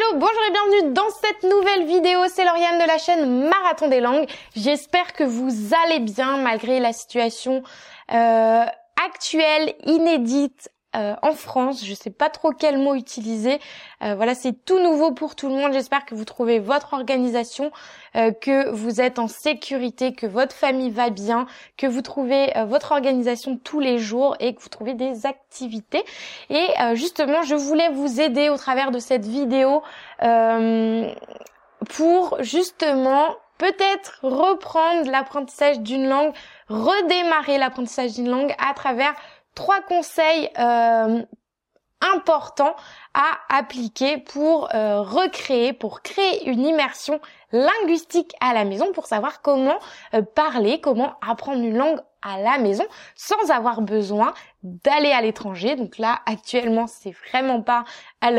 bonjour et bienvenue dans cette nouvelle vidéo, c'est Lauriane de la chaîne Marathon des langues. J'espère que vous allez bien malgré la situation actuelle, inédite en France. Je sais pas trop quel mot utiliser. Voilà, c'est tout nouveau pour tout le monde. J'espère que vous trouvez votre organisation, que vous êtes en sécurité, que votre famille va bien, que vous trouvez votre organisation tous les jours et que vous trouvez des activités. Et justement, je voulais vous aider au travers de cette vidéo pour justement peut-être reprendre l'apprentissage d'une langue, redémarrer l'apprentissage d'une langue à travers 3 conseils importants à appliquer pour pour créer une immersion linguistique à la maison, pour savoir comment parler, comment apprendre une langue à la maison sans avoir besoin d'aller à l'étranger. Donc là, actuellement, c'est vraiment pas à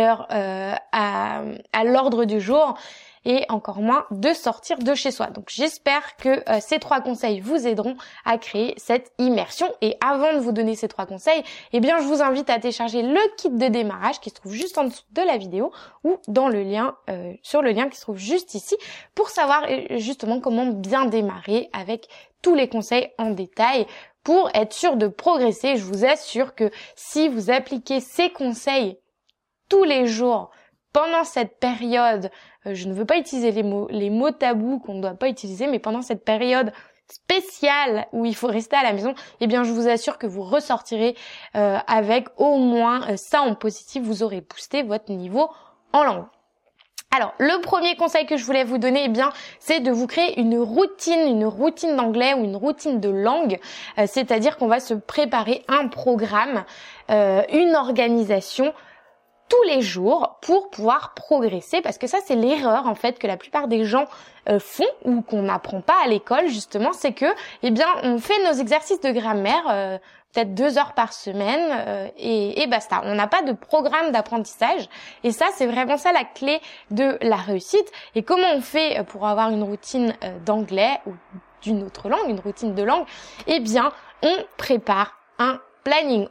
l'ordre du jour. Et encore moins de sortir de chez soi. Donc j'espère que ces 3 conseils vous aideront à créer cette immersion. Et avant de vous donner ces 3 conseils, eh bien je vous invite à télécharger le kit de démarrage qui se trouve juste en dessous de la vidéo ou dans le lien sur le lien qui se trouve juste ici pour savoir justement comment bien démarrer avec tous les conseils en détail pour être sûr de progresser. Je vous assure que si vous appliquez ces conseils tous les jours pendant cette période, je ne veux pas utiliser les mots tabous qu'on ne doit pas utiliser, mais pendant cette période spéciale où il faut rester à la maison, eh bien je vous assure que vous ressortirez avec au moins ça en positif, vous aurez boosté votre niveau en langue. Alors, le premier conseil que je voulais vous donner, eh bien, c'est de vous créer une routine d'anglais ou une routine de langue, c'est-à-dire qu'on va se préparer un programme, une organisation tous les jours pour pouvoir progresser, parce que ça c'est l'erreur en fait que la plupart des gens font ou qu'on n'apprend pas à l'école justement, c'est que eh bien on fait nos exercices de grammaire peut-être 2 heures par semaine et basta. On n'a pas de programme d'apprentissage et ça c'est vraiment ça la clé de la réussite. Et comment on fait pour avoir une routine d'anglais ou d'une autre langue, une routine de langue? Eh bien on prépare un planning,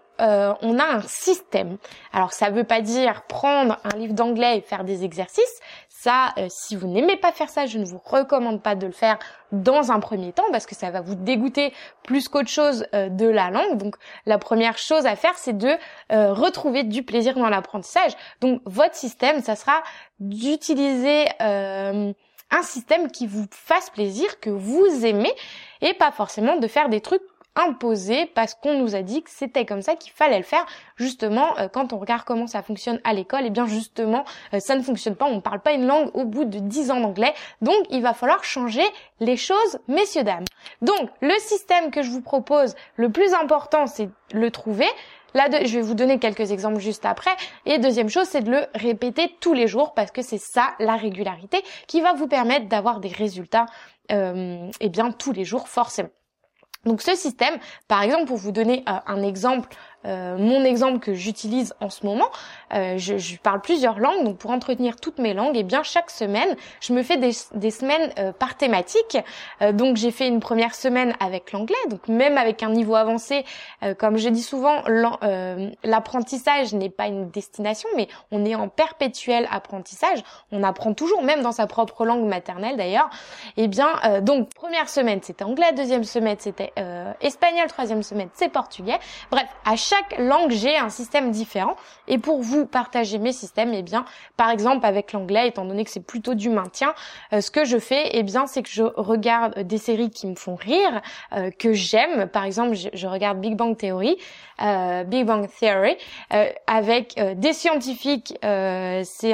on a un système. Alors ça veut pas dire prendre un livre d'anglais et faire des exercices. Ça, si vous n'aimez pas faire ça, je ne vous recommande pas de le faire dans un premier temps parce que ça va vous dégoûter plus qu'autre chose de la langue. Donc la première chose à faire, c'est de retrouver du plaisir dans l'apprentissage. Donc votre système, ça sera d'utiliser un système qui vous fasse plaisir, que vous aimez, et pas forcément de faire des trucs imposé parce qu'on nous a dit que c'était comme ça qu'il fallait le faire. Justement, quand on regarde comment ça fonctionne à l'école, et bien justement, ça ne fonctionne pas. On ne parle pas une langue au bout de 10 ans d'anglais. Donc, il va falloir changer les choses, messieurs, dames. Donc, le système que je vous propose, le plus important, c'est le trouver. Là, je vais vous donner quelques exemples juste après. Et deuxième chose, c'est de le répéter tous les jours parce que c'est ça, la régularité, qui va vous permettre d'avoir des résultats, eh bien, tous les jours, forcément. Donc ce système, par exemple, pour vous donner un exemple, mon exemple que j'utilise en ce moment, je parle plusieurs langues, donc pour entretenir toutes mes langues, eh bien chaque semaine, je me fais des semaines par thématique. Donc j'ai fait une première semaine avec l'anglais, donc même avec un niveau avancé, comme je dis souvent, l'apprentissage n'est pas une destination, mais on est en perpétuel apprentissage. On apprend toujours, même dans sa propre langue maternelle d'ailleurs. Eh bien, donc première semaine c'était anglais, deuxième semaine c'était espagnol, troisième semaine c'est portugais. Bref, à chaque langue j'ai un système différent et pour vous partager mes systèmes, eh bien par exemple avec l'anglais, étant donné que c'est plutôt du maintien, ce que je fais, eh bien c'est que je regarde des séries qui me font rire, que j'aime. Par exemple, je regarde Big Bang Theory, avec des scientifiques. C'est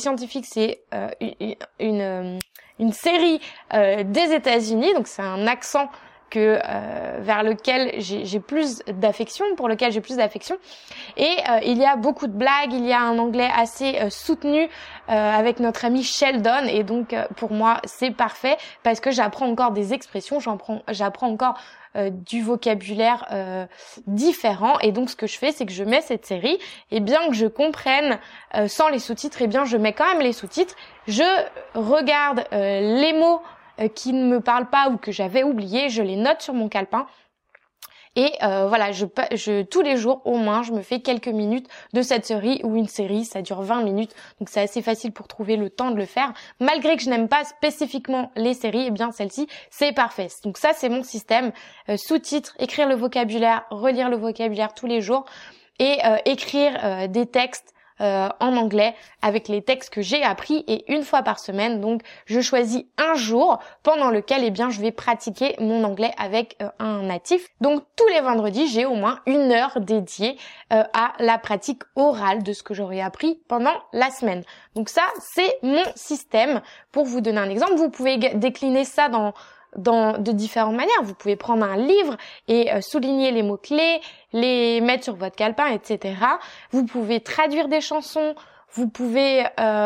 une série des États-Unis, donc c'est un accent vers lequel j'ai plus d'affection, pour lequel j'ai plus d'affection. Et il y a beaucoup de blagues, il y a un anglais assez soutenu avec notre ami Sheldon, et donc pour moi c'est parfait parce que j'apprends encore des expressions, j'apprends encore du vocabulaire différent. Et donc ce que je fais, c'est que je mets cette série, et bien que je comprenne sans les sous-titres, et bien je mets quand même les sous-titres, je regarde les mots qui ne me parlent pas ou que j'avais oubliés, je les note sur mon calepin Et voilà, tous les jours au moins, je me fais quelques minutes de cette série, ou une série, ça dure 20 minutes, donc c'est assez facile pour trouver le temps de le faire. Malgré que je n'aime pas spécifiquement les séries, eh bien celle-ci, c'est parfait. Donc ça, c'est mon système. Sous-titres, écrire le vocabulaire, relire le vocabulaire tous les jours, et écrire des textes en anglais avec les textes que j'ai appris, et une fois par semaine. Donc je choisis un jour pendant lequel je vais pratiquer mon anglais avec un natif. Donc tous les vendredis, j'ai au moins 1 heure dédiée à la pratique orale de ce que j'aurais appris pendant la semaine. Donc ça, c'est mon système. Pour vous donner un exemple, vous pouvez décliner ça de différentes manières. Vous pouvez prendre un livre et souligner les mots-clés, les mettre sur votre calepin, etc. Vous pouvez traduire des chansons, vous pouvez...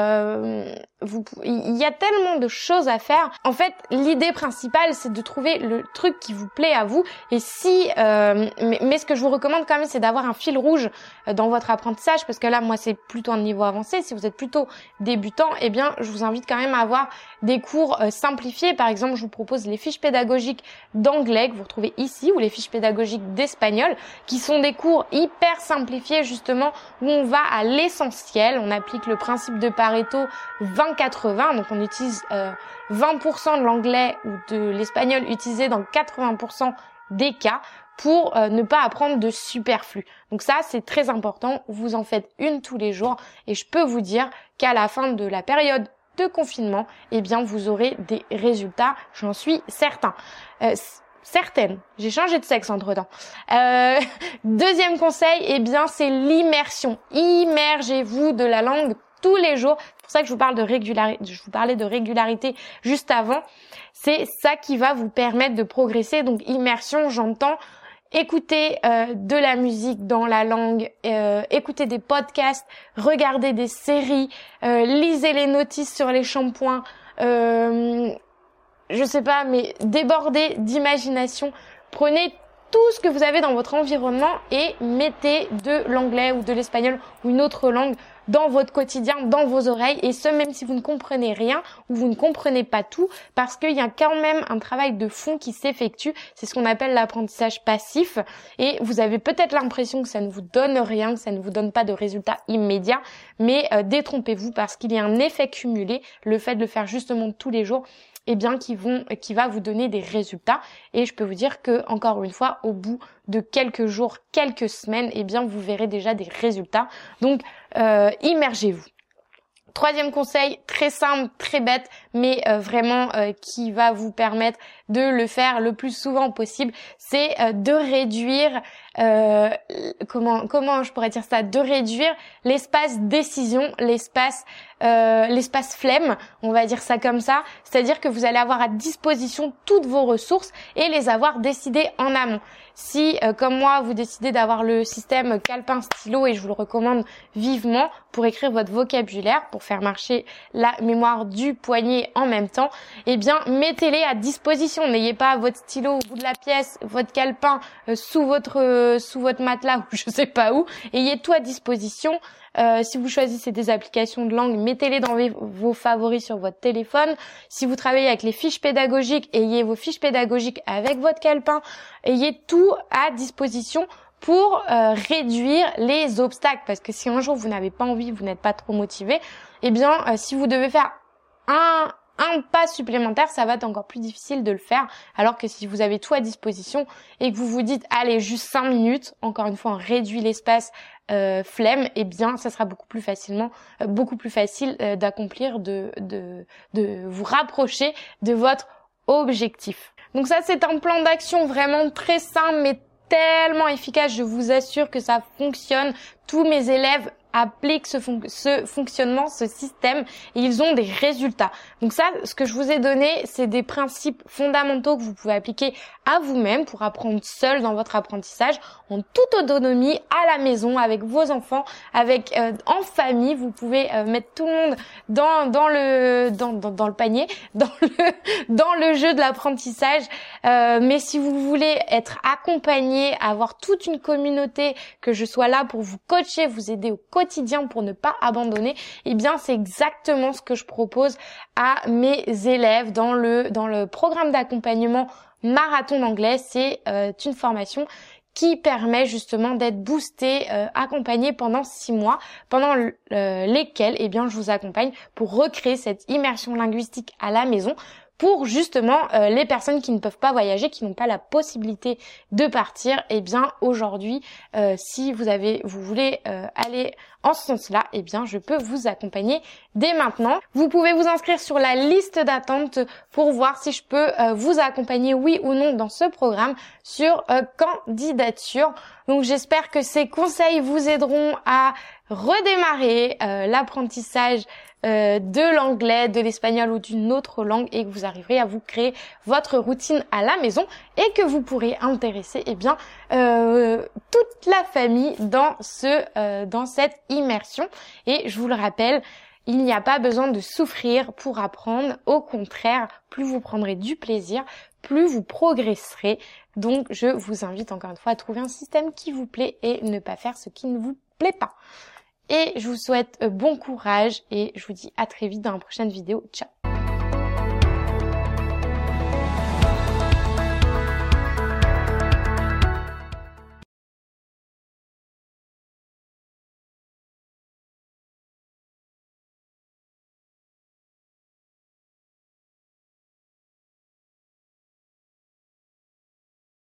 il y a tellement de choses à faire. En fait, l'idée principale, c'est de trouver le truc qui vous plaît à vous. Et mais ce que je vous recommande quand même, c'est d'avoir un fil rouge dans votre apprentissage, parce que là, moi, c'est plutôt un niveau avancé. Si vous êtes plutôt débutant, je vous invite quand même à avoir des cours simplifiés. Par exemple, je vous propose les fiches pédagogiques d'anglais que vous retrouvez ici, ou les fiches pédagogiques d'espagnol, qui sont des cours hyper simplifiés, justement, où on va à l'essentiel. On applique le principe de Pareto 20-80, donc on utilise 20% de l'anglais ou de l'espagnol utilisé dans 80% des cas, pour ne pas apprendre de superflu. Donc ça, c'est très important. Vous en faites une tous les jours, et je peux vous dire qu'à la fin de la période de confinement, vous aurez des résultats, j'en suis certaine. J'ai changé de sexe entre-temps. Deuxième conseil, c'est l'immersion. Immergez-vous de la langue tous les jours. C'est pour ça que je vous parlais de régularité juste avant. C'est ça qui va vous permettre de progresser. Donc immersion, j'entends écouter de la musique dans la langue, écouter des podcasts, regarder des séries, lisez les notices sur les shampoings, je sais pas, mais débordez d'imagination. Prenez tout ce que vous avez dans votre environnement et mettez de l'anglais ou de l'espagnol ou une autre langue dans votre quotidien, dans vos oreilles, et ce, même si vous ne comprenez rien ou vous ne comprenez pas tout, parce qu'il y a quand même un travail de fond qui s'effectue. C'est ce qu'on appelle l'apprentissage passif, et vous avez peut-être l'impression que ça ne vous donne rien, que ça ne vous donne pas de résultats immédiats, mais détrompez-vous, parce qu'il y a un effet cumulé, le fait de le faire justement tous les jours, qui va vous donner des résultats. Et je peux vous dire que, encore une fois, au bout de quelques jours, quelques semaines, vous verrez déjà des résultats. Donc, immergez-vous. Troisième conseil, très simple, très bête, mais vraiment qui va vous permettre de le faire le plus souvent possible, c'est de réduire, comment je pourrais dire ça, de réduire l'espace décision, l'espace flemme, on va dire ça comme ça. C'est-à-dire que vous allez avoir à disposition toutes vos ressources et les avoir décidées en amont. Si, comme moi, vous décidez d'avoir le système calepin stylo, et je vous le recommande vivement pour écrire votre vocabulaire, pour faire marcher la mémoire du poignet en même temps, mettez-les à disposition. N'ayez pas votre stylo au bout de la pièce, votre calepin sous votre matelas ou je sais pas où. Ayez tout à disposition. Si vous choisissez des applications de langue, mettez-les dans vos favoris sur votre téléphone. Si vous travaillez avec les fiches pédagogiques, ayez vos fiches pédagogiques avec votre calepin. Ayez tout à disposition pour réduire les obstacles. Parce que si un jour vous n'avez pas envie, vous n'êtes pas trop motivé, si vous devez faire un pas supplémentaire, ça va être encore plus difficile de le faire. Alors que si vous avez tout à disposition et que vous vous dites, allez, juste 5 minutes, encore une fois, on réduit l'espace flemme, ça sera beaucoup plus facile d'accomplir, de vous rapprocher de votre objectif. Donc ça, c'est un plan d'action vraiment très simple, mais tellement efficace. Je vous assure que ça fonctionne. Tous mes élèves appliquent ce fonctionnement, ce système, et ils ont des résultats. Donc ça, ce que je vous ai donné, c'est des principes fondamentaux que vous pouvez appliquer à vous-même pour apprendre seul dans votre apprentissage, en toute autonomie, à la maison, avec vos enfants, en famille. Vous pouvez mettre tout le monde dans le panier, dans le jeu de l'apprentissage. Mais si vous voulez être accompagné, avoir toute une communauté, que je sois là pour vous coacher, vous aider au quotidien pour ne pas abandonner, c'est exactement ce que je propose à mes élèves dans le programme d'accompagnement Marathon d'anglais. C'est une formation qui permet justement d'être boosté, accompagné pendant 6 mois, pendant lesquels je vous accompagne pour recréer cette immersion linguistique à la maison, pour justement les personnes qui ne peuvent pas voyager, qui n'ont pas la possibilité de partir. Aujourd'hui, si vous voulez aller en ce sens-là, je peux vous accompagner dès maintenant. Vous pouvez vous inscrire sur la liste d'attente pour voir si je peux vous accompagner, oui ou non, dans ce programme sur candidature. Donc j'espère que ces conseils vous aideront à redémarrer l'apprentissage de l'anglais, de l'espagnol ou d'une autre langue, et que vous arriverez à vous créer votre routine à la maison et que vous pourrez intéresser toute la famille dans cette immersion. Et je vous le rappelle, il n'y a pas besoin de souffrir pour apprendre. Au contraire, plus vous prendrez du plaisir, plus vous progresserez. Donc je vous invite encore une fois à trouver un système qui vous plaît et ne pas faire ce qui ne vous plaît pas. Et je vous souhaite bon courage et je vous dis à très vite dans la prochaine vidéo. Ciao!